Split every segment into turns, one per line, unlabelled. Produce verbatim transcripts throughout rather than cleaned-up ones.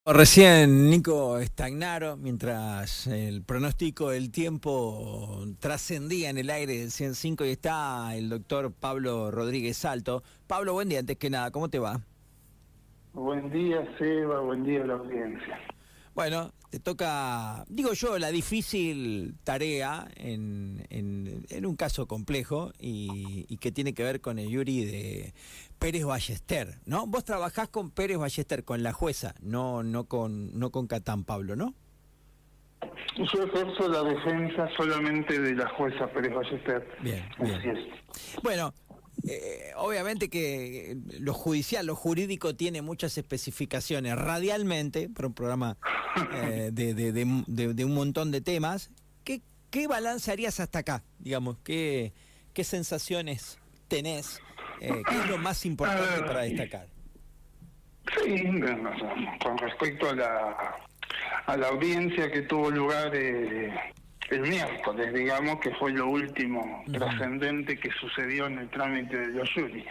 Recién Nico Stagnaro, mientras el pronóstico del tiempo trascendía en el aire del ciento cinco, y está el doctor Pablo Rodríguez Salto. Pablo, buen día, antes que nada, ¿cómo te va?
Buen día, Seba, buen día a la audiencia.
Bueno, te toca, digo yo, la difícil tarea en, en, en un caso complejo y, y que tiene que ver con el Yuri de Pérez Ballester, ¿no? Vos trabajás con Pérez Ballester, con la jueza, no no con no con Catán, Pablo, ¿no?
Yo ejerzo la defensa solamente de la jueza Pérez Ballester.
Bien,
Así
bien.
es.
Bueno, eh, obviamente que lo judicial, lo jurídico tiene muchas especificaciones radialmente, para un programa eh, de, de, de, de, de un montón de temas. ¿Qué, qué balance harías hasta acá? Digamos, ¿qué, qué sensaciones tenés? Eh, ¿Qué es lo más importante para destacar?
Sí, con respecto a la, a la audiencia que tuvo lugar eh, el miércoles, digamos, que fue lo último uh-huh. trascendente que sucedió en el trámite de los juris.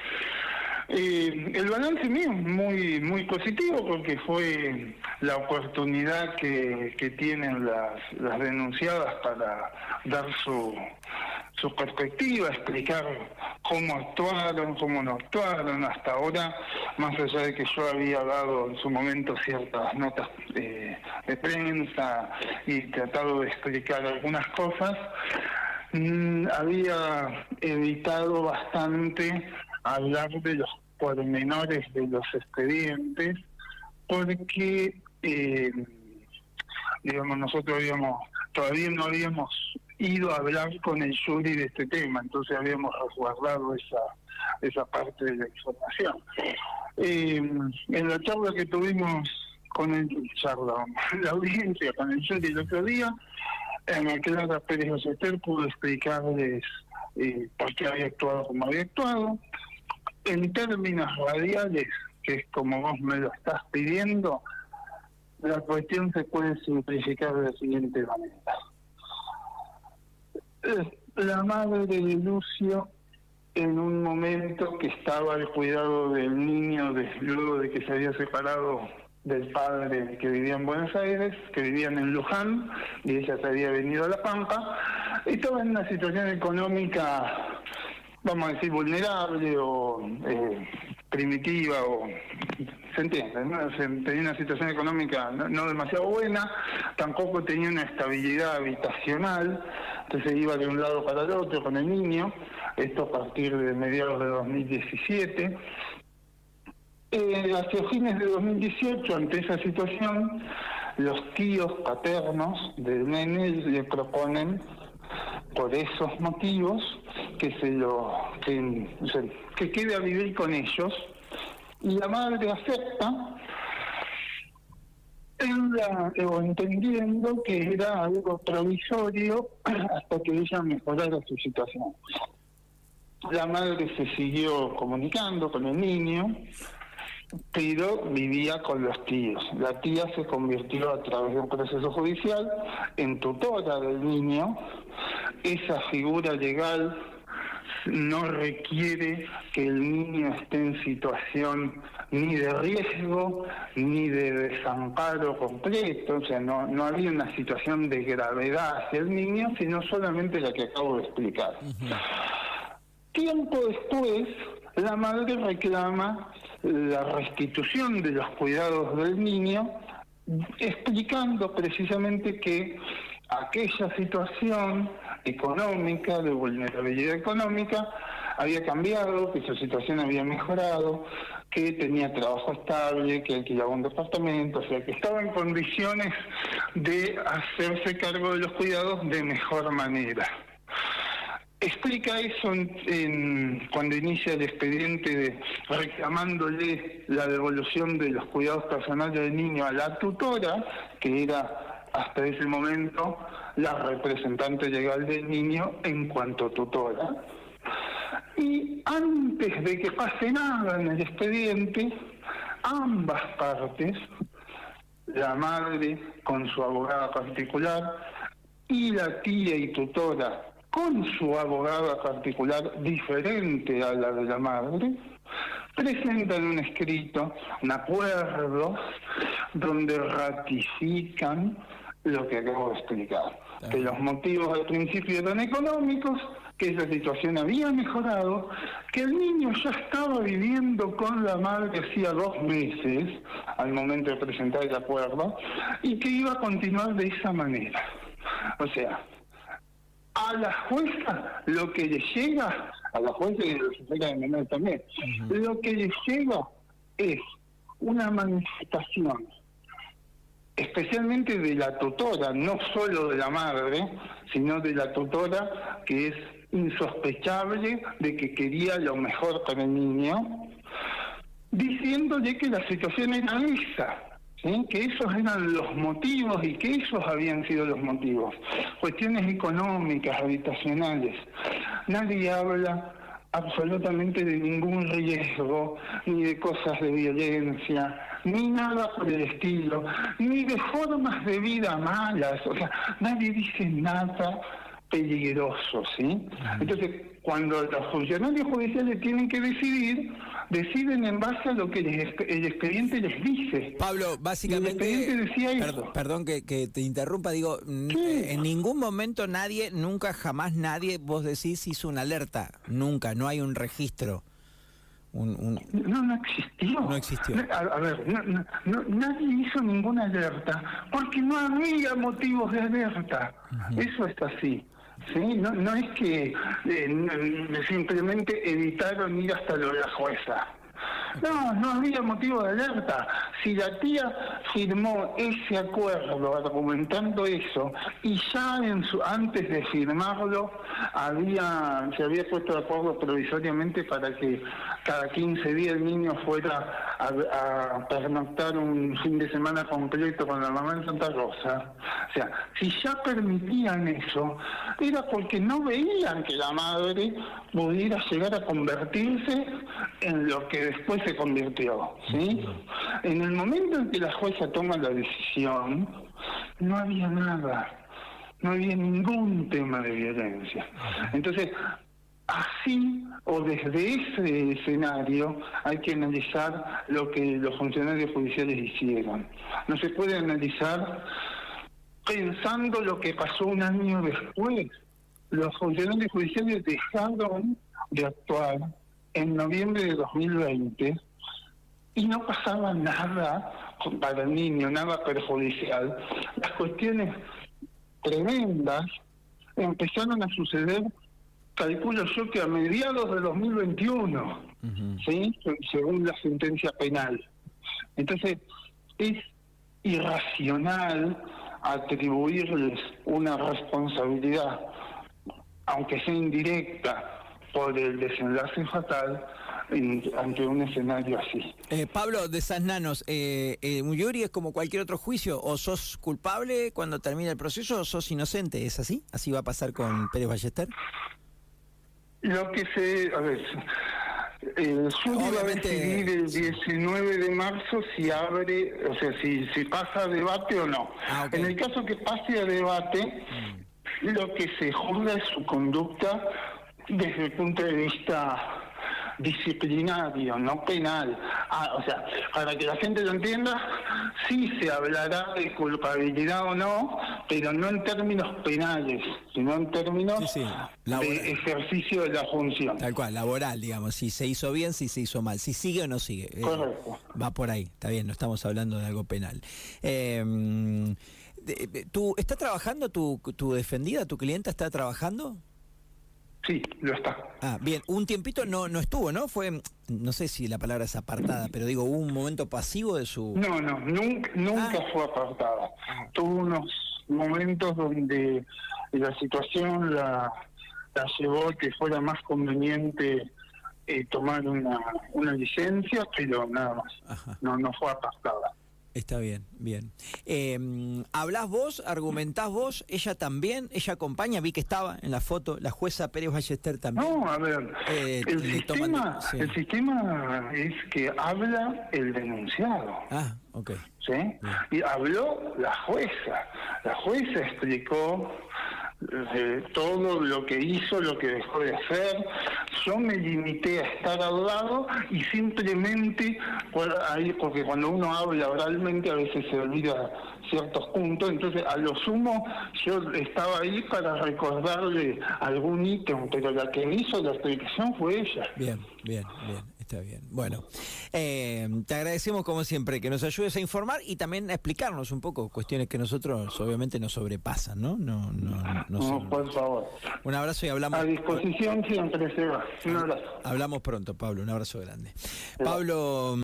Eh, el balance mío es muy muy positivo porque fue la oportunidad que, que tienen las, las denunciadas para dar su, su perspectiva, explicar cómo actuaron, cómo no actuaron. Hasta ahora, más allá de que yo había dado en su momento ciertas notas eh, de prensa y tratado de explicar algunas cosas, mmm, había evitado bastante hablar de los pormenores de los expedientes, porque eh, digamos nosotros habíamos todavía no habíamos ido a hablar con el jury de este tema, entonces habíamos resguardado esa esa parte de la información. Eh, en la charla que tuvimos con el charla, la audiencia con el jury el otro día, eh, Clara Pérez Ballester pudo explicarles eh, por qué había actuado como había actuado. En términos radiales, que es como vos me lo estás pidiendo, la cuestión se puede simplificar de la siguiente manera. La madre de Lucio, en un momento que estaba al cuidado del niño, de, luego de que se había separado del padre que vivía en Buenos Aires, que vivían en Luján, y ella se había venido a La Pampa, estaba en una situación económica, vamos a decir, vulnerable o eh, primitiva, o se entiende, ¿no? Se, tenía una situación económica no, no demasiado buena, tampoco tenía una estabilidad habitacional, entonces iba de un lado para el otro con el niño, esto a partir de mediados de dos mil diecisiete. Eh, hacia fines de dos mil dieciocho, ante esa situación, los tíos paternos del nene le proponen, por esos motivos, que se lo que, que quede a vivir con ellos, y la madre acepta, en la, o entendiendo que era algo provisorio hasta que ella mejorara su situación. La madre se siguió comunicando con el niño, pero vivía con los tíos. La tía se convirtió, a través de un proceso judicial, en tutora del niño. Esa figura legal no requiere que el niño esté en situación ni de riesgo ni de desamparo completo, o sea, no, no había una situación de gravedad hacia el niño, sino solamente la que acabo de explicar. Uh-huh. Tiempo después, la madre reclama la restitución de los cuidados del niño, explicando precisamente que aquella situación económica, de vulnerabilidad económica, había cambiado, que su situación había mejorado, que tenía trabajo estable, que alquilaba un departamento, o sea, que estaba en condiciones de hacerse cargo de los cuidados de mejor manera. Explica eso en, en, cuando inicia el expediente de, reclamándole la devolución de los cuidados personales del niño a la tutora, que era hasta ese momento la representante legal del niño en cuanto tutora. Y antes de que pase nada en el expediente, ambas partes, la madre con su abogada particular y la tía y tutora con su abogada particular diferente a la de la madre, presentan un escrito, un acuerdo, donde ratifican lo que acabo de explicar, que los motivos al principio eran económicos, que esa situación había mejorado, que el niño ya estaba viviendo con la madre hacía dos meses, al momento de presentar el acuerdo, y que iba a continuar de esa manera. O sea, a la jueza lo que le llega, a la jueza y a la jueza de menores también, uh-huh. lo que le llega es una manifestación, especialmente de la tutora, no solo de la madre, sino de la tutora, que es insospechable de que quería lo mejor para el niño, diciéndole que la situación era esa, ¿sí? Que esos eran los motivos y que esos habían sido los motivos. Cuestiones económicas, habitacionales. Nadie habla absolutamente de ningún riesgo, ni de cosas de violencia, ni nada por el estilo, ni de formas de vida malas. O sea, nadie dice nada peligroso, ¿sí? Entonces, cuando los funcionarios judiciales tienen que decidir, deciden en base a lo que les, el expediente les dice.
Pablo, básicamente,
el expediente decía
perdón,
eso.
perdón que, que te interrumpa, digo, ¿qué? En ningún momento nadie, nunca jamás nadie, vos decís, hizo una alerta, nunca, no hay un registro. Un, un...
No, no existió.
No existió.
A, a ver, no, no, no, nadie hizo ninguna alerta, porque no había motivos de alerta. Uh-huh. Eso es así. Sí, no, no es que eh, no, simplemente evitaron ir hasta lo de la jueza. No, no había motivo de alerta. Si la tía firmó ese acuerdo argumentando eso y ya en su, antes de firmarlo había se había puesto de acuerdo provisoriamente para que cada quince días el niño fuera a, a pernoctar un fin de semana completo con la mamá en Santa Rosa. O sea, si ya permitían eso, era porque no veían que la madre pudiera llegar a convertirse en lo que después se convirtió, ¿sí? En el momento en que la jueza toma la decisión, no había nada, no había ningún tema de violencia. Entonces, así o desde ese escenario hay que analizar lo que los funcionarios judiciales hicieron. No se puede analizar pensando lo que pasó un año después. Los funcionarios judiciales dejaron de actuar en noviembre de dos mil veinte y no pasaba nada para el niño, nada perjudicial. Las cuestiones tremendas empezaron a suceder, calculo yo, que a mediados de dos mil veintiuno, uh-huh. ¿sí? Según la sentencia penal. Entonces, es irracional atribuirles una responsabilidad, aunque sea indirecta, por el desenlace fatal en, ante un escenario así.
Eh, Pablo, de esas nanos, eh, eh, un jury es como cualquier otro juicio, o sos culpable cuando termina el proceso o sos inocente, ¿es así? ¿Así va a pasar con Pérez Ballester?
Lo que se... a ver... El jury va a decidir el diecinueve de marzo si abre, o sea, si, si pasa a debate o no. Ah, okay. En el caso que pase a debate, mm. lo que se juzga es su conducta desde el punto de vista disciplinario, no penal. Ah, o sea, para que la gente lo entienda, sí se hablará de culpabilidad o no, pero no en términos penales, sino en términos sí, sí. de ejercicio de la función.
Tal cual, laboral, digamos, si se hizo bien, si se hizo mal, si sigue o no sigue.
Correcto.
Eh, va por ahí, está bien, no estamos hablando de algo penal. Eh, de, de, ¿tú, ¿Está trabajando tu, tu defendida, tu clienta está trabajando?
Sí, lo está.
Ah, bien, un tiempito no no estuvo, ¿no? Fue, no sé si la palabra es apartada, pero digo, ¿hubo un momento pasivo de su...?
No, no, nunca, nunca ah. fue apartada. Tuvo unos momentos donde la situación la, la llevó a que fuera más conveniente eh, tomar una, una licencia, pero nada más. Ajá. No, no fue apartada.
Está bien, bien. Eh, ¿Hablás vos, argumentás vos, ella también, ella acompaña? Vi que estaba en la foto, la jueza Pérez Ballester también.
No, a ver, eh, el, sistema, toman... sí. el sistema es que habla el denunciado.
Ah, ok.
¿Sí? Bien. Y habló la jueza. La jueza explicó eh, todo lo que hizo, lo que dejó de hacer. Yo me limité a estar al lado y simplemente, por ahí, porque cuando uno habla oralmente a veces se olvida ciertos puntos, entonces a lo sumo yo estaba ahí para recordarle algún ítem, pero la que hizo la explicación fue ella.
Bien, bien, bien. Está bien. Bueno, eh, te agradecemos como siempre que nos ayudes a informar y también a explicarnos un poco cuestiones que nosotros obviamente nos sobrepasan, ¿no? No, no, no,
No,
son...
por favor.
Un abrazo y hablamos.
A disposición siempre se va. Un abrazo.
Hablamos pronto, Pablo. Un abrazo grande. Pablo.